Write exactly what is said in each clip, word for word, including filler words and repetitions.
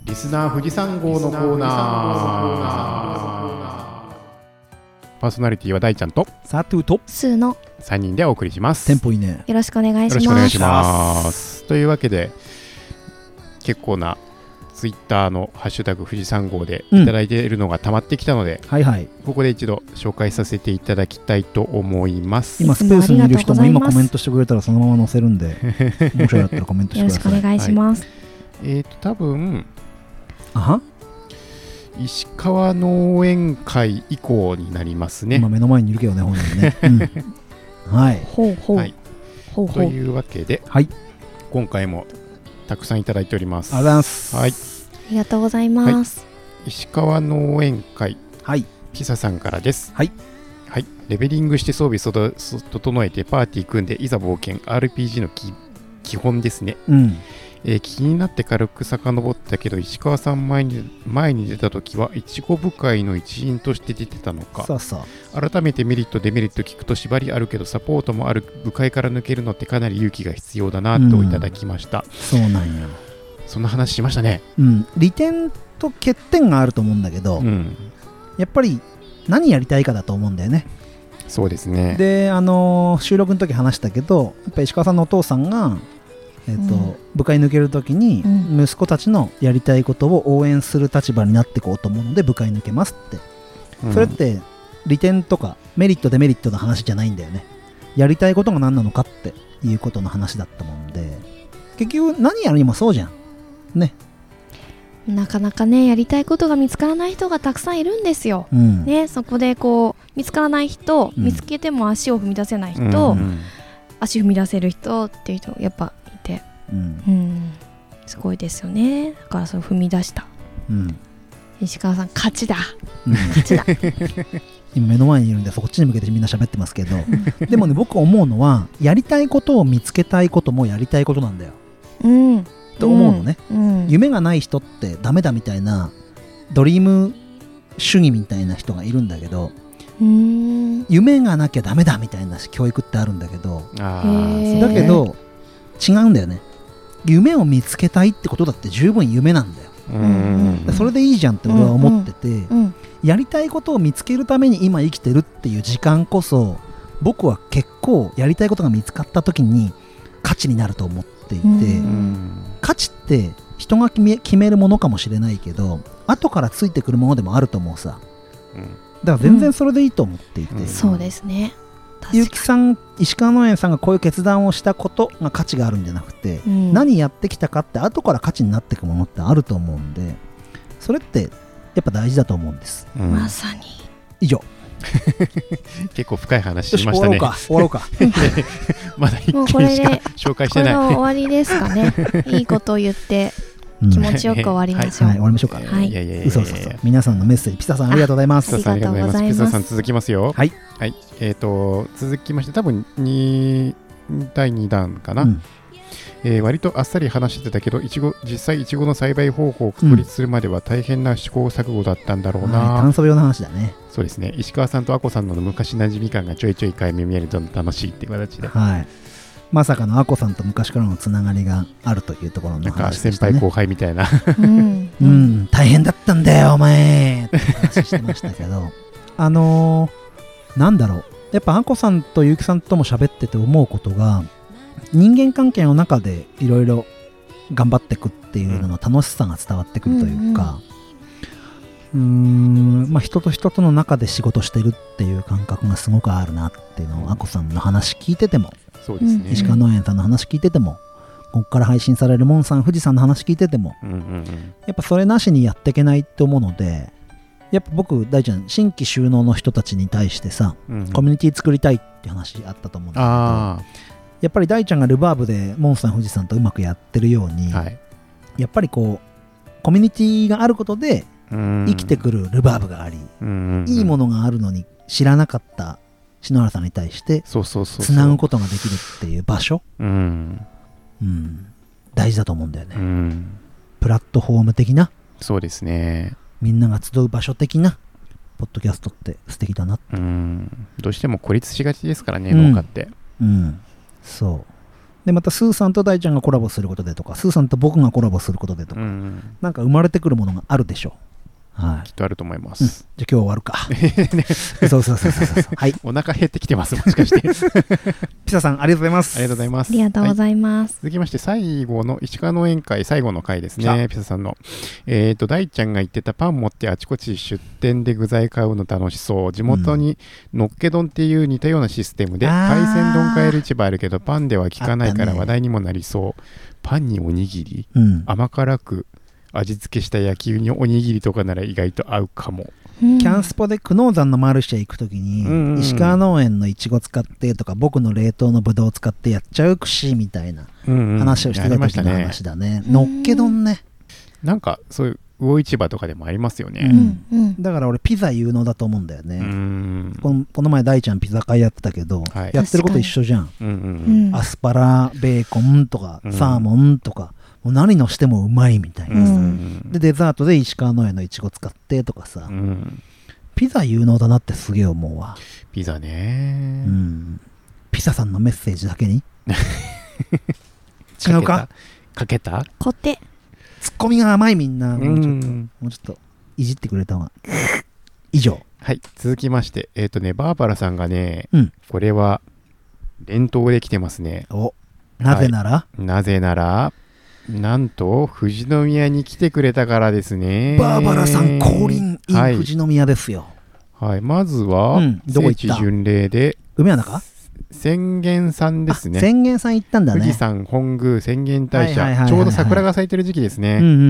リスナー富士山号のコーナー。パーソナリティは大ちゃんとサトゥとスーのさんにんでお送りします。 テンポいいね。 よろしくお願いします。 よろしくお願いします。というわけで結構なツイッターのハッシュタグ富士山号でいただいているのが溜まってきたので、 うん、はいはい、ここで一度紹介させていただきたいと思います。 今スペースにいる人も今コメントしてくれたらそのまま載せるんでもしよかったらコメントしてください。 よろしくお願いします。 はい、えーと多分あは石川農園会以降になりますね。 今目の前にいるけどね本人ね、うん、はいほうほう、はい、 ほうほうというわけで、 はい、 今回もたくさんいただいております。 ありがとうございます。 はい、 ありがとうございます。 はい、石川農園会、 はい、 ピサさんからです。 はい、 はい、レベリングして装備を整えてパーティー組んでいざ冒険 アールピージー のき基本ですね。 うん、 えー、気になって軽く遡ったけど石川さん前に前に出た時はいちご部会の一員として出てたのか。 そうそう、 改めてメリットデメリット聞くと縛りあるけどサポートもある部会から抜けるのってかなり勇気が必要だなといただきました。 うん、そうなんや。 そんな話しましたね。 うん、利点と欠点があると思うんだけど、うん、やっぱり何やりたいかだと思うんだよね。 そうですね。 で、あのー、収録の時話したけどやっぱ石川さんのお父さんがえーとうん、部会抜けるときに息子たちのやりたいことを応援する立場になっていこうと思うので部会抜けますって、うん、それって利点とかメリットデメリットの話じゃないんだよね。やりたいことが何なのかっていうことの話だったもんで、結局何やるにもそうじゃんね。 なかなかねやりたいことが見つからない人がたくさんいるんですよ、うん、ね、そこでこう見つからない人、うん、見つけても足を踏み出せない人、うんうん、足踏み出せる人っていう人やっぱうんうん、すごいですよね。だからそう踏み出した、うん、石川さん勝ちだ、うん、勝ちだ今目の前にいるんでそっちに向けてみんな喋ってますけどでもね僕思うのはやりたいことを見つけたいこともやりたいことなんだよ、うん、と思うのね、うんうん、夢がない人ってダメだみたいなドリーム主義みたいな人がいるんだけど、うーん夢がなきゃダメだみたいな教育ってあるんだけど、あだけど違うんだよね。夢を見つけたいってことだって十分夢なんだよ。うんそれでいいじゃんって俺は思ってて、うんうん、やりたいことを見つけるために今生きてるっていう時間こそ僕は結構やりたいことが見つかった時に価値になると思っていて、うん価値って人が決め、決めるものかもしれないけど後からついてくるものでもあると思うさ、うん、だから全然それでいいと思っていて、うん、 そうですね。 結城さん石川農園さんがこういう決断をしたことが価値があるんじゃなくて、うん、何やってきたかって後から価値になっていくものってあると思うんでそれってやっぱ大事だと思うんです、 うん、まさに以上結構深い話しましたね。 終わろうか終わろうかまだ一件しか紹介してない。 これで終わりですかねいいことを言って気持ちよく終わりましょう、 はいはい、終わりましょうか。はい、いやいやいや嘘嘘嘘皆さんのメッセージピサさんありがとうございます。 ありがとうございます。 ピサさん続きますよ。 はい、 はい、えーと続きまして多分にだいにだんかな、うんえー、割とあっさり話してたけどいちご実際いちごの栽培方法を確立するまでは大変な試行錯誤だったんだろうな、 うんはい、炭素病の話だね。 そうですね。石川さんとあこさんの昔馴染み感がちょいちょい垣間見えると楽しいっていう形で、 はい、まさかのあこさんと昔からのつながりがあるというところの話でしたね。 なんか先輩後輩みたいなうん、うん、大変だったんだよお前って話してましたけどあのー、なんだろうやっぱあこさんとゆうきさんとも喋ってて思うことが人間関係の中でいろいろ頑張っていくっていうのの楽しさが伝わってくるというか、うん、うーん、まあ、人と人との中で仕事してるっていう感覚がすごくあるなっていうのをあこさんの話聞いててもそうですね、 石川農園さんの話聞いててもここから配信されるモンさん富士山の話聞いてても、うんうんうん、やっぱそれなしにやっていけないと思うのでやっぱ僕大ちゃん新規収納の人たちに対してさ、うんうん、コミュニティ作りたいって話あったと思うんだけどあやっぱり大ちゃんがルバーブでモンさん富士山とうまくやってるように、はい、やっぱりこうコミュニティがあることで生きてくるルバーブがあり、うんうんうん、いいものがあるのに知らなかった篠原さんに対してつなぐことができるっていう場所、うんうん、大事だと思うんだよね、うん、プラットフォーム的なそうですねみんなが集う場所的なポッドキャストって素敵だなって、 うんどうしても孤立しがちですからね、うん、農家って、 うん、そうでまたスーさんと大ちゃんがコラボすることでとか、スーさんと僕がコラボすることでとか、うん、なんか生まれてくるものがあるでしょう。はい、 きっとあると思います、うん、 じゃあ今日終わるかそうそうそうそうそうはい、 お腹減ってきてます、もしかしてピサさんありがとうございます。 ありがとうございます。 ありがとうございます、 はい、続きまして最後の石川農園会最後の回ですね。ピサさんのえっ、ー、と大ちゃんが言ってたパン持ってあちこち出店で具材買うの楽しそう。地元にのっけ丼っていう似たようなシステムで、うん、海鮮丼買える市場あるけどパンでは効かないから話題にもなりそう、ね、パンにおにぎり、うん、甘辛く味付けした焼きにおにぎりとかなら意外と合うかも。 キャンスポで久能山のマルシェ行くときに、うんうん、石川農園のいちご使ってとか僕の冷凍のぶどう使ってやっちゃう串みたいな話をしてた時の話だね、うんうん、のっけ丼ね。 なんかそういう魚市場とかでもありますよね、 うんうん、だから俺ピザ有能だと思うんだよね。うんこの、この前大ちゃんピザ会やってたけど、はい、やってること一緒じゃん、うんうんうん、アスパラベーコンとか、うん、サーモンとかもう何のしてもうまいみたいなさ、うん、でデザートで石川農園のいちご使ってとかさ、うん、ピザ有能だなってすげえ思うわ。 ピザね、うん、 ピザさんのメッセージだけに違うかかけたコテツッコミが甘い。みんなもうちょっと、もうちょっといじってくれたわ。以上。 はい、続きましてえっ、ー、とねバーバラさんがね、うん、これは連投できてますね。 おなぜなら、はい、 なぜならなんと富士宮に来てくれたからですね。 バーバラさん降臨 in、はい、富士宮ですよ。 はい、まずは、うん、聖地巡礼で梅穴か浅間さんですね。 浅間さん行ったんだね。 富士山本宮浅間大社、ちょうど桜が咲いてる時期ですね。うんうんうんうん、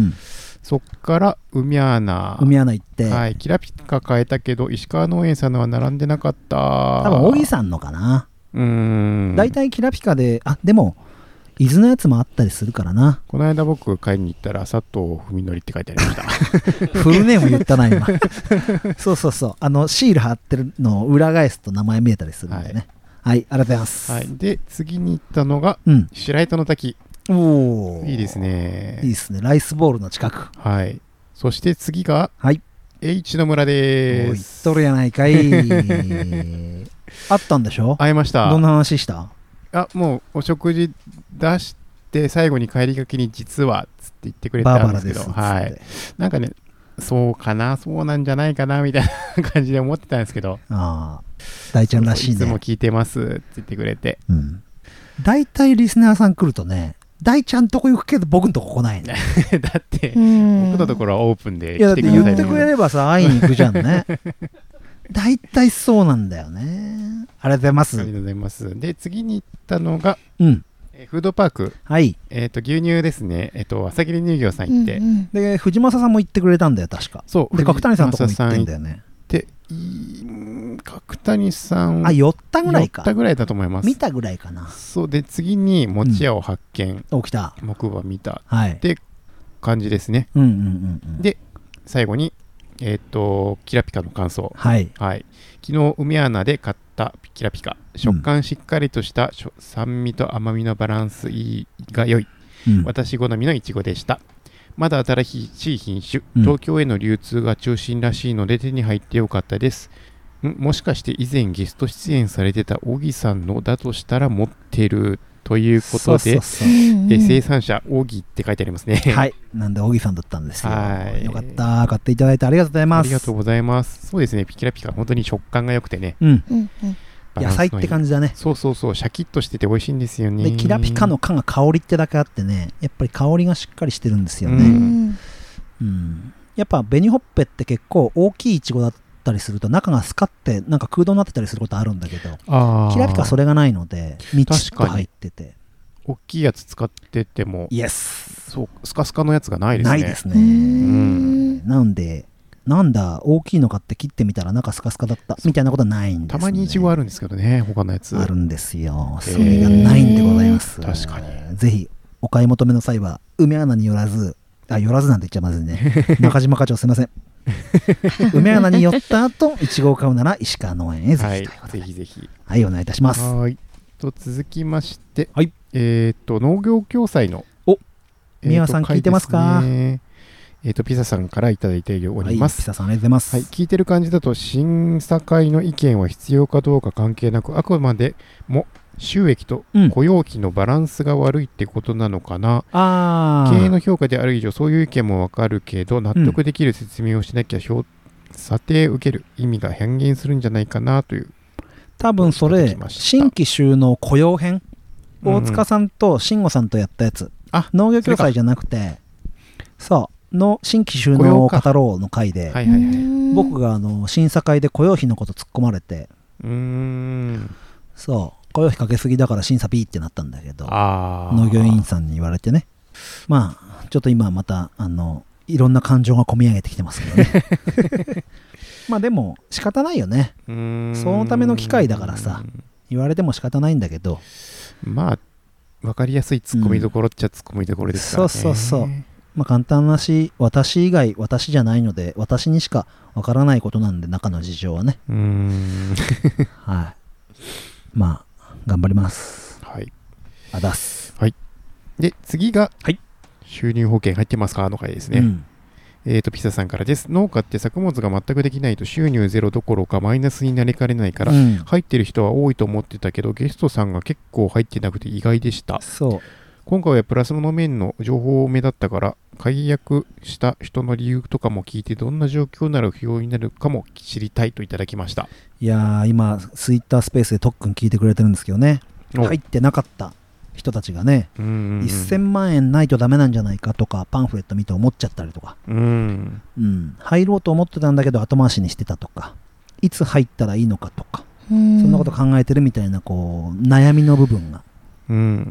そっから海穴海穴行って、 はい、キラピカ変えたけど石川農園さんのは並んでなかった。 多分大木さんのかな。うーんだいたいキラピカで、あでも伊豆のやつもあったりするからな。 この間僕買いに行ったら佐藤文則って書いてありましたフルネーム言ったな今そうそうそう、あのシール貼ってるのを裏返すと名前見えたりするんでね。はい、はい、ありがとうございます、 はい、で次に行ったのが、うん、白糸の滝。おーいいですね。 いいですね、ライスボールの近く。 はい、そして次が、はい、H の村でーす。 おいっとるやないかいあったんでしょ。 会いました。 どんな話した？ あもうお食事出して最後に帰りがけに実はつって言ってくれたんですけど、はい、なんかねそうかなそうなんじゃないかなみたいな感じで思ってたんですけど、あ大ちゃんらしいね。 いつも聞いてますって言ってくれて、うん、 大体リスナーさん来るとね大ちゃんとこ行くけど僕のとこ来ないねだって僕のところはオープンで来てください。 いやだって言ってくれればさ会いに行くじゃんね大体そうなんだよね。ありがとうございます。 ありがとうございます。で次に行ったのが、うん、えフードパーク、はい、えー、と牛乳ですね、えー、と朝霧乳業さん行って、うんうん、 で藤正さんも行ってくれたんだよ確か。そうで角谷さんとこも行ってんだよね。 で角谷さんあ寄ったぐらいか。 寄ったぐらいだと思います。 見たぐらいかな。 そうで次に餅屋を発見、 うん、起きた木馬見た、はい、って感じですね、うんうんうんうん、で最後にえっ、ー、とキラピカの感想、はいはい、昨日梅穴で買ったキラピカ、食感しっかりとした、うん、酸味と甘みのバランスいいが良い、うん、私好みのいちごでした。まだ新しい品種、うん、東京への流通が中心らしいので手に入ってよかったです。んもしかして以前ゲスト出演されてた小木さんのだとしたら持ってるということで、そうそうそう、え生産者小木って書いてありますね。 はい、なんで小木さんだったんですよ。はいよかった、買っていただいてありがとうございます。 ありがとうございます。そうですね、ピキラピカ本当に食感が良くてね、 うんうんうん、野菜って感じだね。 そうそうそう、シャキッとしてて美味しいんですよね。 でキラピカの「カ」が香りってだけあってね、やっぱり香りがしっかりしてるんですよね、うんうん、やっぱ紅ほっぺって結構大きいイチゴだったりすると中がスカってなんか空洞になってたりすることあるんだけど、キラピカそれがないのでみちっと入ってて大きいやつ使ってても、 イエス、 そうスカスカのやつがないですね。 ないですね。うん、なんでなんだ大きいの買って切ってみたら中スカスカだったみたいなことはないんですね。 たまにイチゴあるんですけどね、他のやつあるんですよ。それがないんでございます。 確かに。 ぜひお買い求めの際は梅穴によらず、あ寄らずなんて言っちゃまずいね中島課長すいません梅穴に寄った後イチゴを買うなら石川農園へぜひ、はい、 ぜひぜひはいお願いいたします。 はいと続きまして、はい、えっ、ー、と農業共済のお宮さん聞いてますか。 えー、とピザさんからいただいております、 はい、ピザさんありがとうございます、はい、 聞いてる感じだと審査会の意見は必要かどうか関係なくあくまでも収益と雇用費のバランスが悪いってことなのかな、うん、 あ経営の評価である以上そういう意見もわかるけど納得できる説明をしなきゃ、うん、査定を受ける意味が変減するんじゃないかなという。 多分それ新規就農雇用編、大塚さんと慎吾さんとやったやつ、うん、あ農業共済じゃなくてそうの新規就農を語ろうの回で、はいはいはい、僕があの審査会で雇用費のこと突っ込まれて、うーんそう雇用費かけすぎだから審査 B ってなったんだけど、農業委員さんに言われてね、まあちょっと今またあのいろんな感情が込み上げてきてますけどねまあでも仕方ないよね。うーんそのための機会だからさ言われても仕方ないんだけど、 まあ分かりやすいツッコミどころっちゃツッコミどころですからね、うん、 そうそうそう、まあ、簡単な話私以外私じゃないので私にしか分からないことなんで中の事情はねうーんはいまあ頑張ります。はいあだす。 はいで次が、はい、収入保険入ってますかの回ですね、うんえーとピサさんからです。農家って作物が全くできないと収入ゼロどころかマイナスになりかねないから、うん、入ってる人は多いと思ってたけどゲストさんが結構入ってなくて意外でした。そう今回はプラスの面の情報多めだったから解約した人の理由とかも聞いてどんな状況なら不要になるかも知りたいといただきました。 いやー今ツイッタースペースで特訓聞いてくれてるんですけどね、入ってなかった人たちがね、うんうんうん、せんまんえんないとダメなんじゃないかとかパンフレット見て思っちゃったりとか、うんうん、入ろうと思ってたんだけど後回しにしてたとかいつ入ったらいいのかとか、うん、そんなこと考えてるみたいなこう悩みの部分が、うん、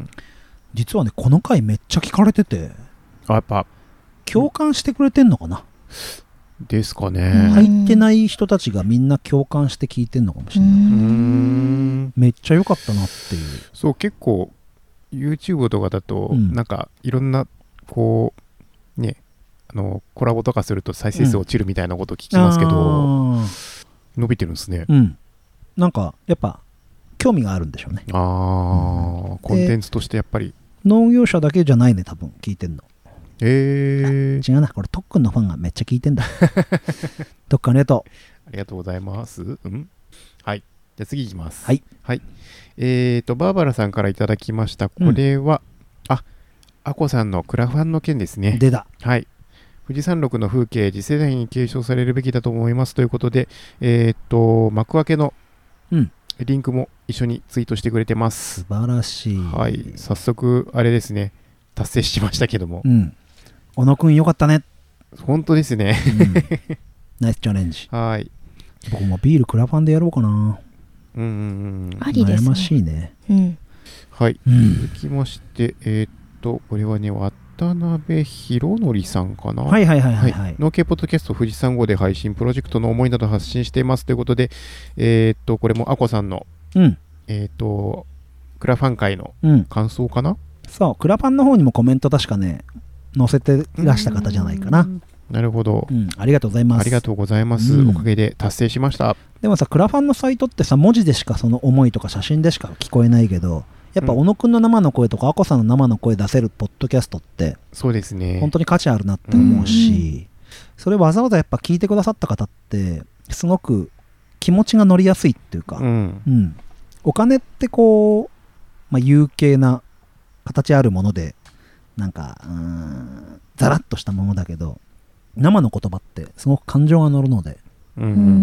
実はねこの回めっちゃ聞かれてて、あやっぱ共感してくれてんのかなですかね。 入ってない人たちがみんな共感して聞いてんのかもしれない。うーんめっちゃ良かったなっていう。 そう結構YouTube とかだと、うん、なんかいろんなこうねあのコラボとかすると再生数落ちるみたいなこと聞きますけど、うん、伸びてるんですね、うん、 なんかやっぱ興味があるんでしょうね。ああ、 うん、コンテンツとしてやっぱり農業者だけじゃないね多分聞いてんの。 えー、 違うなこれ特訓のファンがめっちゃ聞いてんだ特訓ありがとう。 ありがとうございます、うん、はいじゃあ次いきます。はい、はいえーとバーバラさんからいただきました。これは、うん、あアコさんのクラファンの件ですね。 出た。 はい富士山麓の風景次世代に継承されるべきだと思いますということで、えーと幕開けのリンクも一緒にツイートしてくれてます。 素晴らしい。 はい早速あれですね達成しましたけども、 うん小野くんよかったね。 本当ですね、うん、 ナイスチャレンジ。 はい僕もビールクラファンでやろうかな。うんうんうんありですね。 悩ましいね、 うん、 はい、うん、続きましてえー、っとこれはね渡辺博則さんかな。 はいはいはいはい、はい、 農系ポッドキャスト富士山号で配信プロジェクトの思いなど発信していますということで、えー、っとこれもアコさんの、うん、えー、っとクラファン会の感想かな、うん、 そうクラファンの方にもコメント確かね載せていらした方じゃないかな。 なるほど、 うん、ありがとうございます。 ありがとうございます、うん、おかげで達成しました。 でもさクラファンのサイトってさ文字でしかその思いとか写真でしか聞こえないけどやっぱ小野くんの生の声とかあこさんの生の声出せるポッドキャストってそうですね本当に価値あるなって思うし、うん、それわざわざやっぱ聞いてくださった方ってすごく気持ちが乗りやすいっていうか、うんうん、お金ってこう、まあ、有形な形あるものでなんかうーんザラッとしたものだけど生の言葉ってすごく感情が乗るので、うん、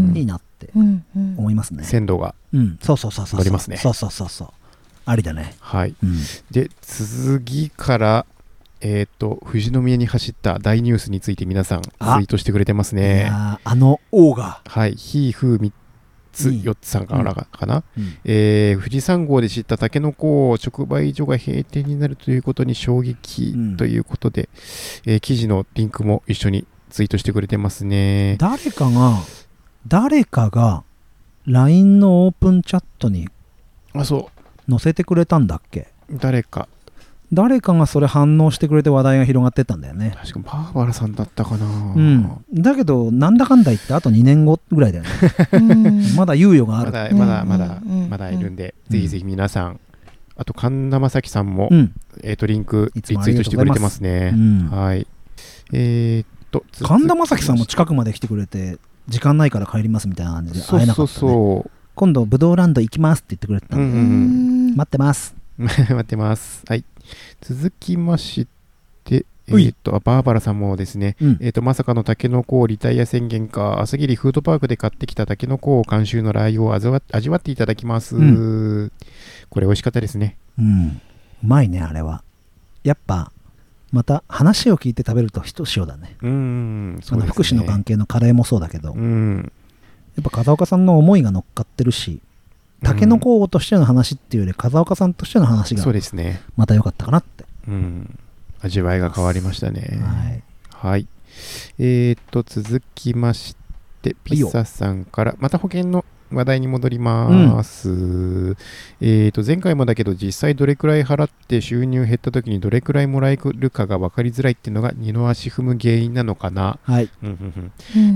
いいなって思いますね。 鮮度が、 うん、そうそうそうそう乗りますね。 そうそうそうそうありだね。 はい、うん、で次からえっ、ー、と富士宮に走った大ニュースについて皆さんツイートしてくれてますね。 いやあの王がはいひーふーみっつよっつさんからかな、うんうんえー、富士山号で知ったタケノコ直売所が閉店になるということに衝撃ということで、うんえー、記事のリンクも一緒にツイートしてくれてますね。 誰かが誰かが ライン のオープンチャットにあそう載せてくれたんだっけ。 誰か誰かがそれ反応してくれて話題が広がってったんだよね。 確かにバーバラさんだったかな、 うん、だけどなんだかんだ言ってあとにねんごぐらいだよねまだ猶予がある。 まだまだまだ、うん、まだいるんで、うん、ぜひぜひ皆さんあと神田正輝さんも、うんえー、とリンクツイートしてくれてますね、うん、はいえー、っと神田正輝さんも近くまで来てくれて時間ないから帰りますみたいな感じで会えなかったね。そうそうそう今度ブドウランド行きますって言ってくれてたんで、うんうん、 待ってます待ってます。はい。続きまして、えー、っとバーバラさんもですね、うん、えー、っとまさかのタケノコをリタイア宣言か、朝霧フードパークで買ってきたタケノコを監修のラー油を味わ、味わっていただきます、うん、これ美味しかったですね。 うん、うまいね。あれはやっぱまた話を聞いて食べるとひとしおだね。 うん、そうですね。 福祉の関係のカレーもそうだけど、 うん、 やっぱ風岡さんの思いが乗っかってるし、タケノコとしての話っていうより風岡さんとしての話がまた良かったかなって、 うん、味わいが変わりましたね。はい、はい、えー、っと続きましてピサさんからまた保険の話題に戻ります、うん、えー、と前回もだけど実際どれくらい払って収入減った時にどれくらいもらえるかが分かりづらいっていうのが二の足踏む原因なのかな、 はい、 うん、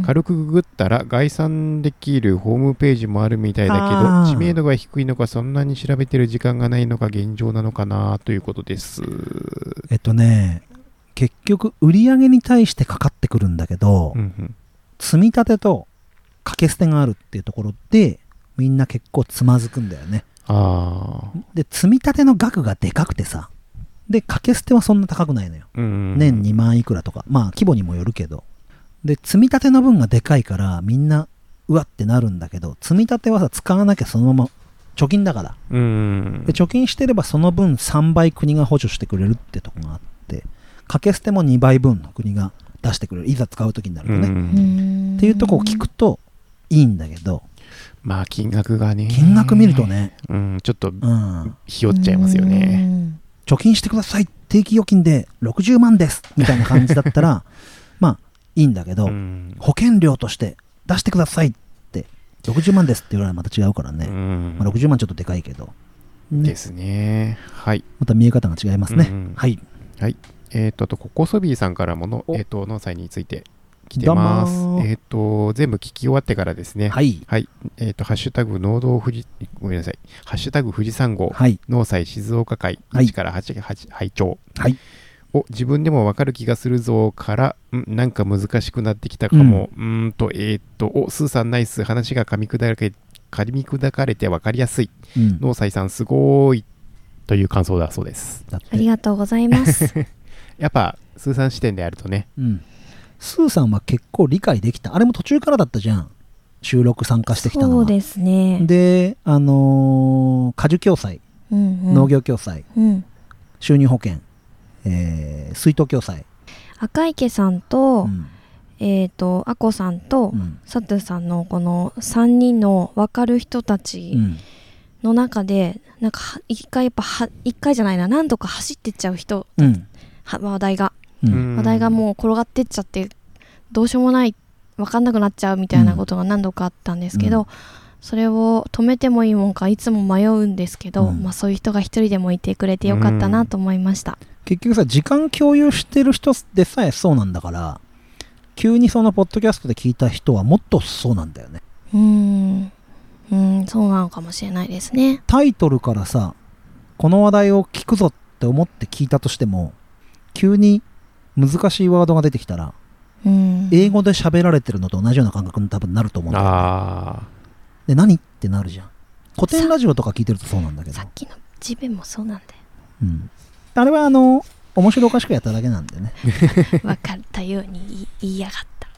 軽くググったら概算できるホームページもあるみたいだけど知名度が低いのかそんなに調べてる時間がないのが現状なのかなということです。 えっとね結局売り上げに対してかかってくるんだけど、うんうん、積み立てと掛け捨てがあるっていうところでみんな結構つまずくんだよね。 あで積み立ての額がでかくてさ、で掛け捨てはそんな高くないのよ、うんうん、年にまんいくらとか、まあ規模にもよるけど、で積み立ての分がでかいからみんなうわってなるんだけど、積み立てはさ使わなきゃそのまま貯金だから、 うんうん、 で貯金してればその分さんばい国が補助してくれるってとこがあって、掛け捨てもにばいぶんの国が出してくれる、いざ使う時になるとね、うん、っていうとこを聞くといいんだけど、 まあ金額がね金額見るとね、 うん、ちょっとひよっちゃいますよね、うん、 貯金してください定期預金でろくじゅうまんですみたいな感じだったらまあいいんだけど、うん、保険料として出してくださいってろくじゅうまんですって言われたらまた違うからね、うん、まあ、ろくじゅうまんちょっとでかいけど、 ね、ですね。はい、 また見え方が違いますね、うん、はい、 はい、えー、っとあとココソビーさんからもの、えー、っと農祭について来てます。えっ、ー、と全部聞き終わってからですね。 はい。 はい。えっ、ー、とハッシュタグ農道富士ごめんなさい。ハッシュタグ富士山号、はい、農祭静岡会いちからはち拝聴、 はい、 を自分でもわかる気がするぞからんなんか難しくなってきたかも。うん、うーんとえっ、ー、とおスーさんナイス話が噛み砕け噛み砕かれてわかりやすい。うん、農祭さんすごいという感想だそうです。 ありがとうございます。 やっぱスーさん視点であるとね。 うん。スーさんは結構理解できた。あれも途中からだったじゃん、収録参加してきたのは。 そうですね。 であのー、果樹共済、うんうん、農業共済、うん、収入保険、えー、水筒共済、 赤池さんと、うん、えっ、ー、とあこさんと、うん、サトゥさんのこのさんにんの分かる人たちの中で、うん、なんか一回やっぱは一回じゃないな何度か走ってっちゃう人、うん、話題がうん、話題がもう転がってっちゃってどうしようもない分かんなくなっちゃうみたいなことが何度かあったんですけど、うん、それを止めてもいいもんかいつも迷うんですけど、うん、まあ、そういう人が一人でもいてくれてよかったなと思いました、うん、 結局さ時間共有してる人でさえそうなんだから、急にそのポッドキャストで聞いた人はもっとそうなんだよね。 うーん、うーん、そうなのかもしれないですね。 タイトルからさこの話題を聞くぞって思って聞いたとしても急に難しいワードが出てきたら、うん、英語で喋られてるのと同じような感覚に多分なると思うんだよね。あで何ってなるじゃん。古典ラジオとか聞いてるとそうなんだけど、 さっきの地面もそうなんだよ、 うん、あれはあの面白おかしくやっただけなんでね。 分かったように言いやがった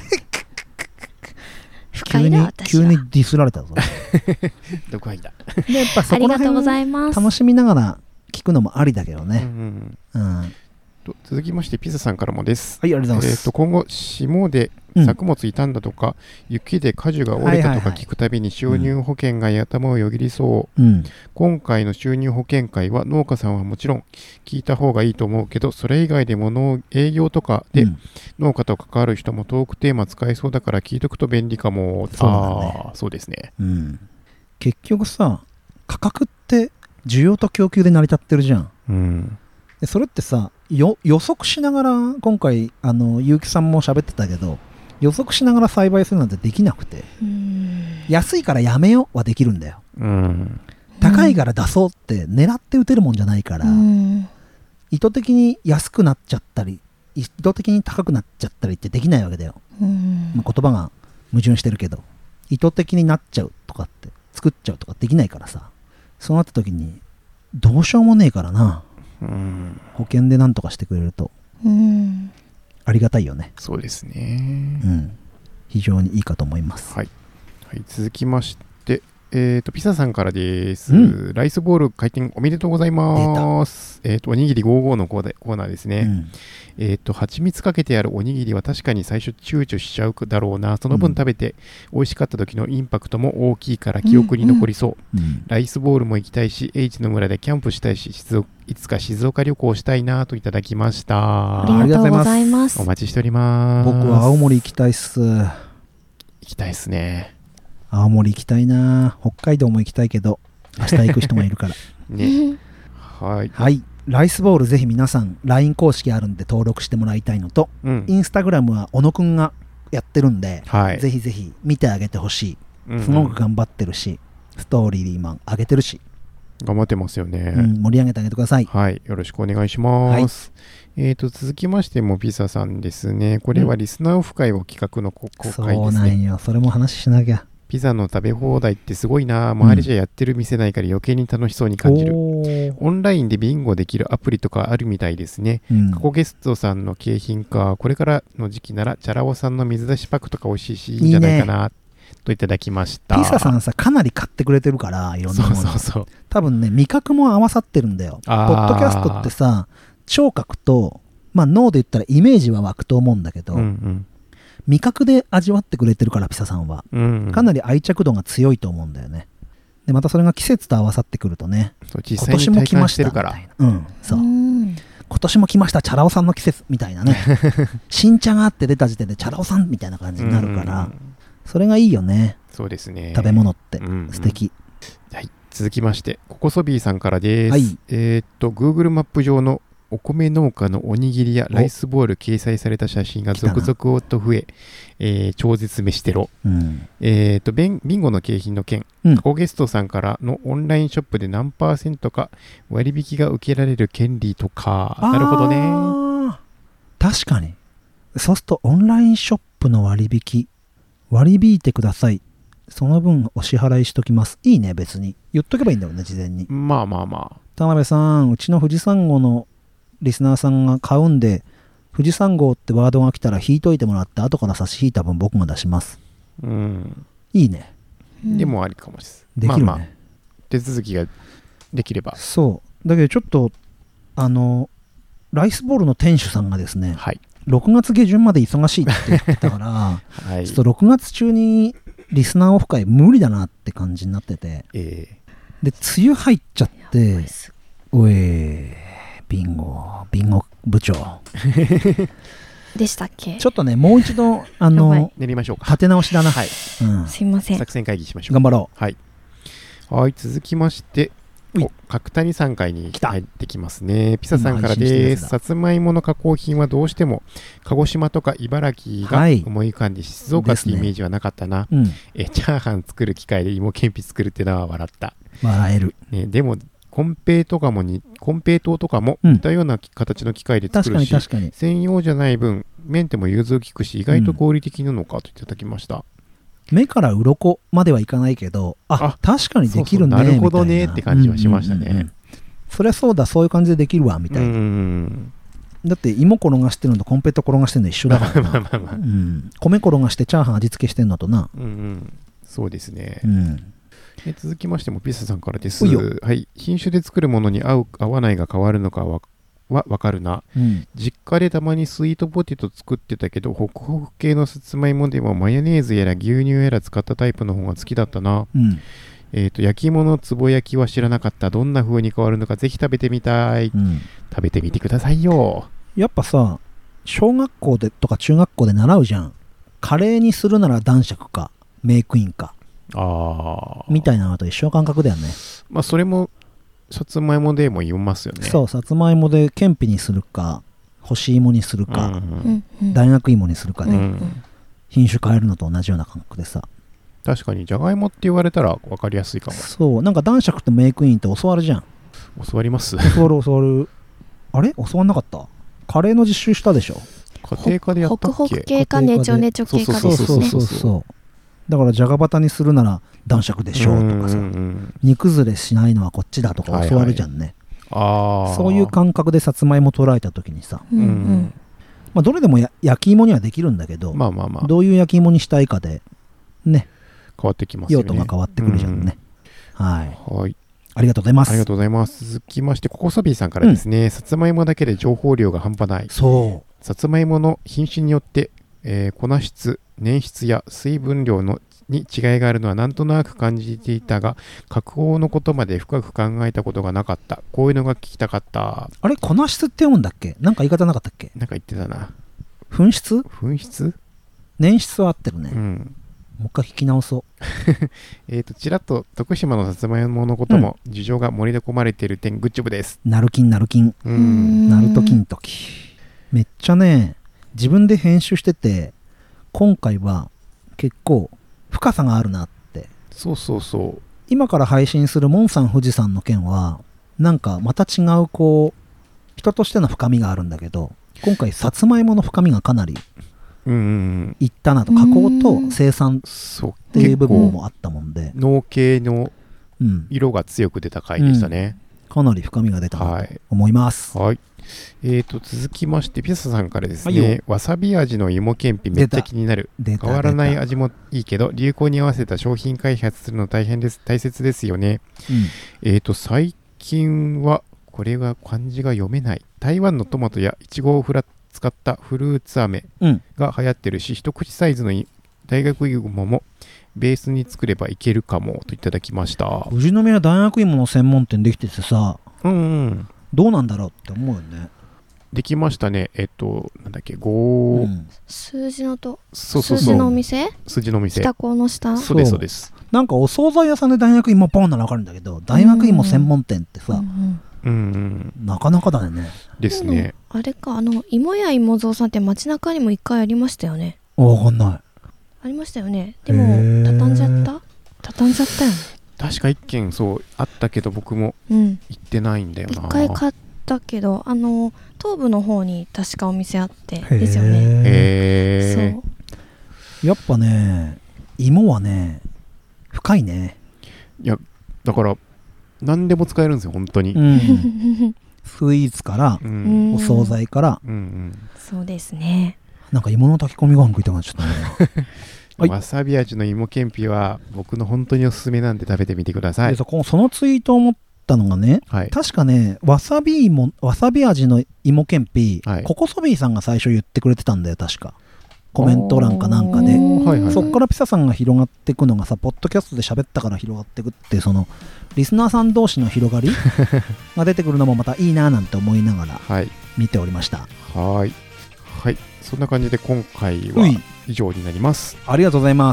急に急にディスられたぞ。 どこがいいんだ。 でやっぱそこら辺楽しみながら聞くのもありだけどね、うんうんうん、 続きましてピザさんからもです。 はい、ありがとうございます。 えー、と今後霜で作物傷んだとか、うん、雪で果樹が折れたとか聞くたびに収入保険が頭をよぎりそう、うん、今回の収入保険会は農家さんはもちろん聞いた方がいいと思うけど、それ以外でも農営業とかで農家と関わる人もトークテーマ使えそうだから聞いとくと便利かも。 そうだね、 あそうですね、 うん、結局さ価格って需要と供給で成り立ってるじゃん、うん、でそれってさよ予測しながら今回あの結城さんも喋ってたけど予測しながら栽培するなんてできなくて、うん、安いからやめようはできるんだよ、うん、高いから出そうって狙って打てるもんじゃないから、うん、意図的に安くなっちゃったり意図的に高くなっちゃったりってできないわけだよ、うんまあ、言葉が矛盾してるけど意図的になっちゃうとかって作っちゃうとかできないからさ、そうなった時にどうしようもねえからな、 うん、 保険でなんとかしてくれると、うん、ありがたいよね。 そうですね、 うん、非常にいいかと思います。 はい、はい、続きましてえーとピサさんからです、うん、ライスボール開店おめでとうございます。えーとおにぎりごじゅうごのコーナーですね、うん、えーと蜂蜜かけてあるおにぎりは確かに最初躊躇しちゃうだろうな。その分食べて美味しかった時のインパクトも大きいから記憶に残りそう、うんうん、ライスボールも行きたいし H の村でキャンプしたいしいつか静岡旅行したいなといただきました。 ありがとうございます。 お待ちしております。 僕は青森行きたいっす。 行きたいっすね。 青森行きたいな。北海道も行きたいけど明日行く人もいるからね。はい、 はい、ライスボールぜひ皆さん ライン 公式あるんで登録してもらいたいのと、うん、インスタグラムは小野くんがやってるんで、はい、ぜひぜひ見てあげてほしい、うんうん、すごく頑張ってるしストーリーマン上げてるし頑張ってますよね、 うん、盛り上げてあげてください。 はい、よろしくお願いします、はい、えーと続きましてもピサさんですね。これはリスナーオフ会を企画の公開ですね、 そうなんよ。それも話しなきゃ。 ピザの食べ放題ってすごいな。周りじゃやってる店ないから余計に楽しそうに感じる、うん、オンラインでビンゴできるアプリとかあるみたいですね、うん、過去ゲストさんの景品か。これからの時期ならチャラ男さんの水出しパックとか美味しいしいいんじゃないかな、いいね、といただきました。 ピサさんさかなり買ってくれてるからいろんなもの。 そうそうそう、 多分ね味覚も合わさってるんだよ。ポッドキャストってさ聴覚と、まあ、脳で言ったらイメージは湧くと思うんだけど、うんうん、味覚で味わってくれてるからピサさんは、うんうん、かなり愛着度が強いと思うんだよね。でまたそれが季節と合わさってくるとね、今年も来ましたみたいな、うん、そう今年も来ましたチャラ男さんの季節みたいなね新茶があって出た時点でチャラ男さんみたいな感じになるから、うんうん、それがいいよね。 そうですね、 食べ物って、うんうん、素敵。 はい、続きましてココソビーさんからです、はい、えー、っと Google マップ上のお米農家のおにぎりやライスボール掲載された写真が続々と増え、えー、超絶飯テロ、うん、えーとビンゴの景品の件、うん、過去ゲストさんからのオンラインショップで何パーセントか割引が受けられる権利とか。なるほどね。 確かにそうするとオンラインショップの割引割り引いてください、その分お支払いしときます。いいね。別に言っとけばいいんだよね事前に。 まあまあまあ、 田辺さんうちの富士山号のリスナーさんが買うんで富士山号ってワードが来たら引いといてもらって後から差し引いた分僕が出します。うん、いいね。 でもありかもしれない。できるね、まあまあ、 手続きができれば。 そうだけどちょっとあのライスボールの店主さんがですね、はい、ろくがつ下旬まで忙しいって言ってたから、はい、ちょっとろくがつ中にリスナーオフ会無理だなって感じになってて、えー、で梅雨入っちゃっておいビンゴビンゴ部長でしたっけ。 ちょっとねもう一度あの練りましょうか。 立て直しだな、 はい、 うん、すいません。 作戦会議しましょう。 頑張ろう。はい、はい、続きまして角谷さん回に入ってきますね。ピサさんからです。さつまいもの加工品はどうしても鹿児島とか茨城が思い浮かんで、はい、静岡ってイメージはなかったな、ね、うん、えチャーハン作る機械で芋けんぴ作るってのは笑った。 笑える、 ね、でもコンペイとかもにコンペイ糖とかも似たような形の機械で作るし、うん、確かに確かに専用じゃない分メンテも融通きくし意外と合理的なのかといただきました、 うん、目から鱗まではいかないけど あ, あ確かにできるねそうそうなるほどねって感じはしましたね、うんうんうん、 そりゃそうだそういう感じでできるわみたいな、うんうん、だって芋転がしてるのとコンペイト転がしてるの一緒だからまあまあまあ、うん、米転がしてチャーハン味付けしてるのとな、うんうん、 そうですね、うんえ続きましてもピサさんからです。はい、品種で作るものに合う合わないが変わるのかはわかるな、うん、実家でたまにスイートポテト作ってたけどホクホク系のさつまいもでもマヨネーズやら牛乳やら使ったタイプの方が好きだったな、うんえー、と焼き芋のつぼ焼きは知らなかった。どんな風に変わるのかぜひ食べてみたい、うん、食べてみてくださいよ。 やっぱさ小学校でとか中学校で習うじゃん。カレーにするなら男爵かメイクインかあみたいなのと一緒の感覚だよね。 まあそれもさつまいもでも言いますよね。 そうさつまいもでけんぴにするか干し芋にするか、うんうん、大学芋にするかね、うんうん、品種変えるのと同じような感覚でさ。 確かにじゃがいもって言われたら分かりやすいかも。 そうなんか男爵とメイクインって教わるじゃん。 教わります教わる教わるあれ教わんなかった？カレーの実習したでしょ。 家庭科でやったっけ。 ホクホク系かネチョネチョ系かでそうそうそうそうそうだからじゃがバタにするなら男爵でしょうとかさ、うんうんうん、煮崩れしないのはこっちだとか教わるじゃんね、 はいはい、あそういう感覚でさつまいも捉えた時にさ、 うんうんまあ、どれでもや焼き芋にはできるんだけど、 まあまあまあ、 どういう焼き芋にしたいかでね変わってきますよね。 用途が変わってくるじゃんね、うん、はい、 はい、 ありがとうございます。 ありがとうございます。続きましてココソビーさんからですね、うん、さつまいもだけで情報量が半端ない。 そうさつまいもの品種によって、えー、粉質、粘質や水分量のに違いがあるのはなんとなく感じていたが、加工のことまで深く考えたことがなかった。こういうのが聞きたかった。 あれ粉質って読むんだっけ？なんか言い方なかったっけ？ なんか言ってたな。 粉質？ 粉質？ 粘質は合ってるね。 うん。 もう一回聞き直そう。 えっと、ちらっと徳島のさつまいものことも事情が盛り込まれている点、グッジョブです。 なるきんなるきん。 うん。 なるときんとき。めっちゃね、自分で編集してて、今回は結構深さがあるなって。 そうそうそう。 今から配信するモンさん富士山の件は、なんかまた違うこう、人としての深みがあるんだけど、今回さつまいもの深みがかなりいったなと、加工と生産っていう部分もあったもんで、 農系の色が強く出た回でしたね、 うん、かなり深みが出たなと思います。 はい、はい、えーと続きましてピサさんからですね、はい、わさび味の芋けんぴめっちゃ気になる。変わらない味もいいけど流行に合わせた商品開発するの大変です、大切ですよね、うん、えーと最近はこれが漢字が読めない台湾のトマトやイチゴをフラ使ったフルーツ飴が流行ってるし、うん、一口サイズの大学芋もベースに作ればいけるかもといただきました。 富士宮大学芋の専門店できててさ、 うんうん、 どうなんだろうって思うよね。 できましたね。えっとなんだっけご、うん、 数字のとそうそうそう、 数字のお店数字のお店下高の下、 そうですそうです。 なんかお惣菜屋さんで大学芋ポンなら分かるんだけど、大学芋専門店ってさ、うんうんうんうん、 なかなかだね。 ですね。 あれか、あの芋屋芋蔵さんって街中にも一回ありましたよね。 わかんない。 ありましたよね。でも畳んじゃった畳んじゃったよね。 確か一軒そうあったけど僕も行ってないんだよな。 一、うん、回買ったけど、あの東部の方に確かお店あってですよね。 へー。 そう。 やっぱね、芋はね深いね。 いやだから何でも使えるんですよ本当に、うん、 スイーツから、うん、お惣菜から、 うんうん、 そうですね。 なんか芋の炊き込みご飯食いたくなっちゃったねはい、わさび味の芋けんぴは僕の本当におすすめなんで食べてみてください。 でそこそのツイートを思ったのがね、はい、確かねわさび芋わさび味の芋けんぴ、はい、ココソビーさんが最初言ってくれてたんだよ確か。コメント欄かなんかで、はいはい、そっからピサさんが広がっていくのがさ、ポッドキャストで喋ったから広がっていくって、そのリスナーさん同士の広がりが出てくるのもまたいいななんて思いながら見ておりました。 はい、はい、そんな感じで今回は以上になります。 ありがとうございます。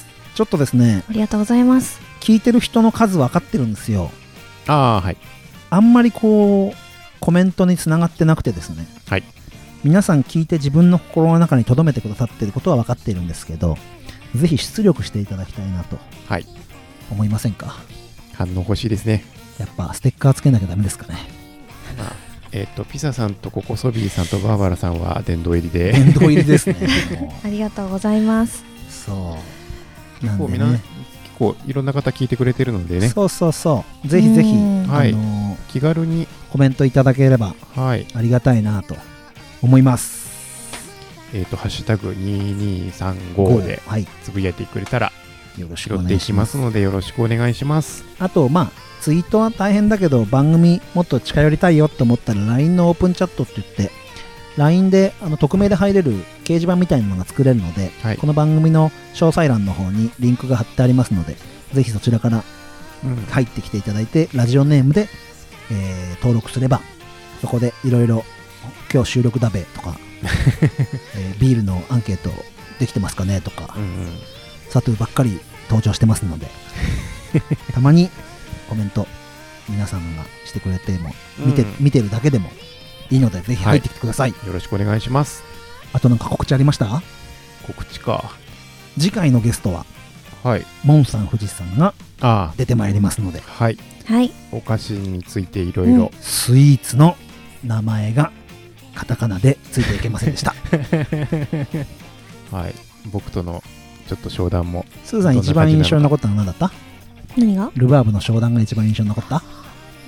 ちょっとですね、 ありがとうございます。 聞いてる人の数分かってるんですよ。 ああ、はい。 あんまりこうコメントにつながってなくてですね、 はい、 皆さん聞いて自分の心の中に留めてくださっていることは分かっているんですけど、ぜひ出力していただきたいなと思いませんか。はい、 反応欲しいですね。 やっぱステッカーつけなきゃダメですかね。 まあ、えっ、ー、とピサさんとココソビーさんとバーバラさんは殿堂入りで殿堂入りですねありがとうございます。 そうなんで、ね、みんな結構いろんな方聞いてくれてるのでね、 そうそうそうぜひぜひ、 はい、 あのー、 気軽にコメントいただければありがたいなと思います。 えっ、ー、とハッシュタグににさんごでつぶやいてくれたらよろしくお願いしますのでよろしくお願いします。 あとまあツイートは大変だけど番組もっと近寄りたいよと思ったら ライン のオープンチャットって言って ライン であの匿名で入れる掲示板みたいなのが作れるので、はい、この番組の詳細欄の方にリンクが貼ってありますのでぜひそちらから入ってきていただいて、うん、ラジオネームで、えー、登録すればそこでいろいろ今日収録だべとか、えー、ビールのアンケートできてますかねとか、うんうん、サトゥーばっかり登場してますのでたまにコメント皆さんがしてくれても見て、うん、見てるだけでもいいのでぜひ入ってきてください、 はい、よろしくお願いします。 あとなんか告知ありました？ 告知か。 次回のゲストは、 はい、 モンさん富士さんが出てまいりますので、 はい、 はい、 お菓子についていろいろスイーツの名前がカタカナでついていけませんでしたはい、僕とのちょっと商談も。 スーさん一番印象に残ったのは何だった？ 何が？ ルバーブの商談が一番印象に残った？ う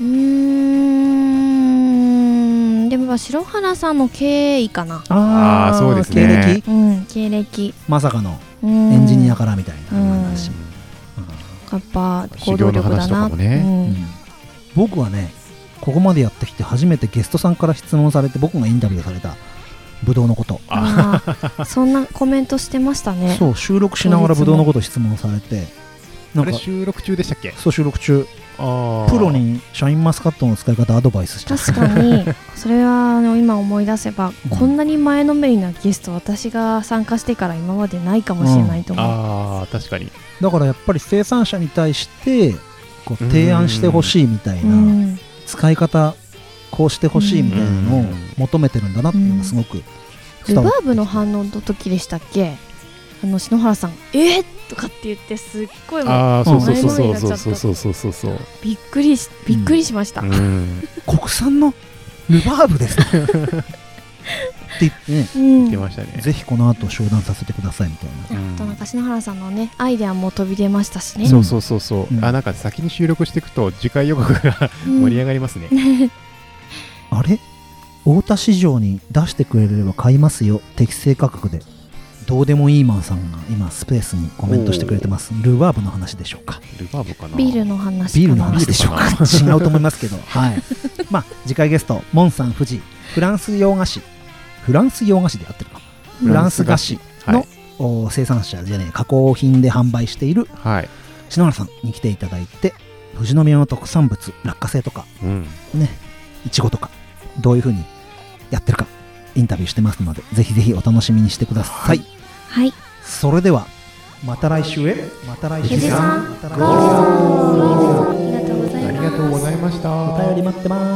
ーん、でも篠原さんの経緯かな。 ああ、そうですね。 経歴、 うん、経歴まさかのエンジニアからみたいな話、 うんうん、やっぱ行動力だな、ねうんうん、僕はねここまでやってきて初めてゲストさんから質問されて僕がインタビューされたブドウのこと。 あそんなコメントしてましたね。 そう、収録しながらブドウのこと質問されて、 なんかあれ収録中でしたっけ？ そう、収録中。あプロにシャインマスカットの使い方アドバイスして確かにそれはあの今思い出せば、うん、こんなに前のめりなゲスト私が参加してから今までないかもしれないと思う、うん、 ああ確かに。 だからやっぱり生産者に対してこう提案してほしいみたいな、使い方こうしてほしいみたいなのを求めてるんだなっていうのがすごく伝わって、ルバーブの反応の時でしたっけ、あの篠原さんえー、とかって言ってすっごいああそうそうそうそうそうそうそうそうそうびっくりしびっくりしました、うんうん、 国産のルバーブですって言ってね、 うん、 言ってましたね。 ぜひこの後商談させてくださいみたいな、 うん、あとなんか篠原さんのねアイデアも飛び出ましたしね。 そうそうそうそう、うん、あなんか先に収録していくと次回予告が盛り上がりますね、うん、 あれ太田市場に出してくれれば買いますよ適正価格で。どうでもいいマンさんが今スペースにコメントしてくれてます。ルバーブの話でしょうか？ ルバーブかな？ ビールの話かな？ ビールの話でしょうか？違うと思いますけどはいまあ次回ゲストモンさん富士フランス洋菓子フランス洋菓子でやってるかフランス菓子の、はい、生産者じゃねえ加工品で販売している、はい、篠原さんに来ていただいて、富士宮の特産物落花生とか、うん、ねいちごとかどういう風にやってるかインタビューしてますので、ぜひぜひお楽しみにしてください。 はい、 それではまた来週へ。また来週さん、ありがとうございました。 お便り待ってます。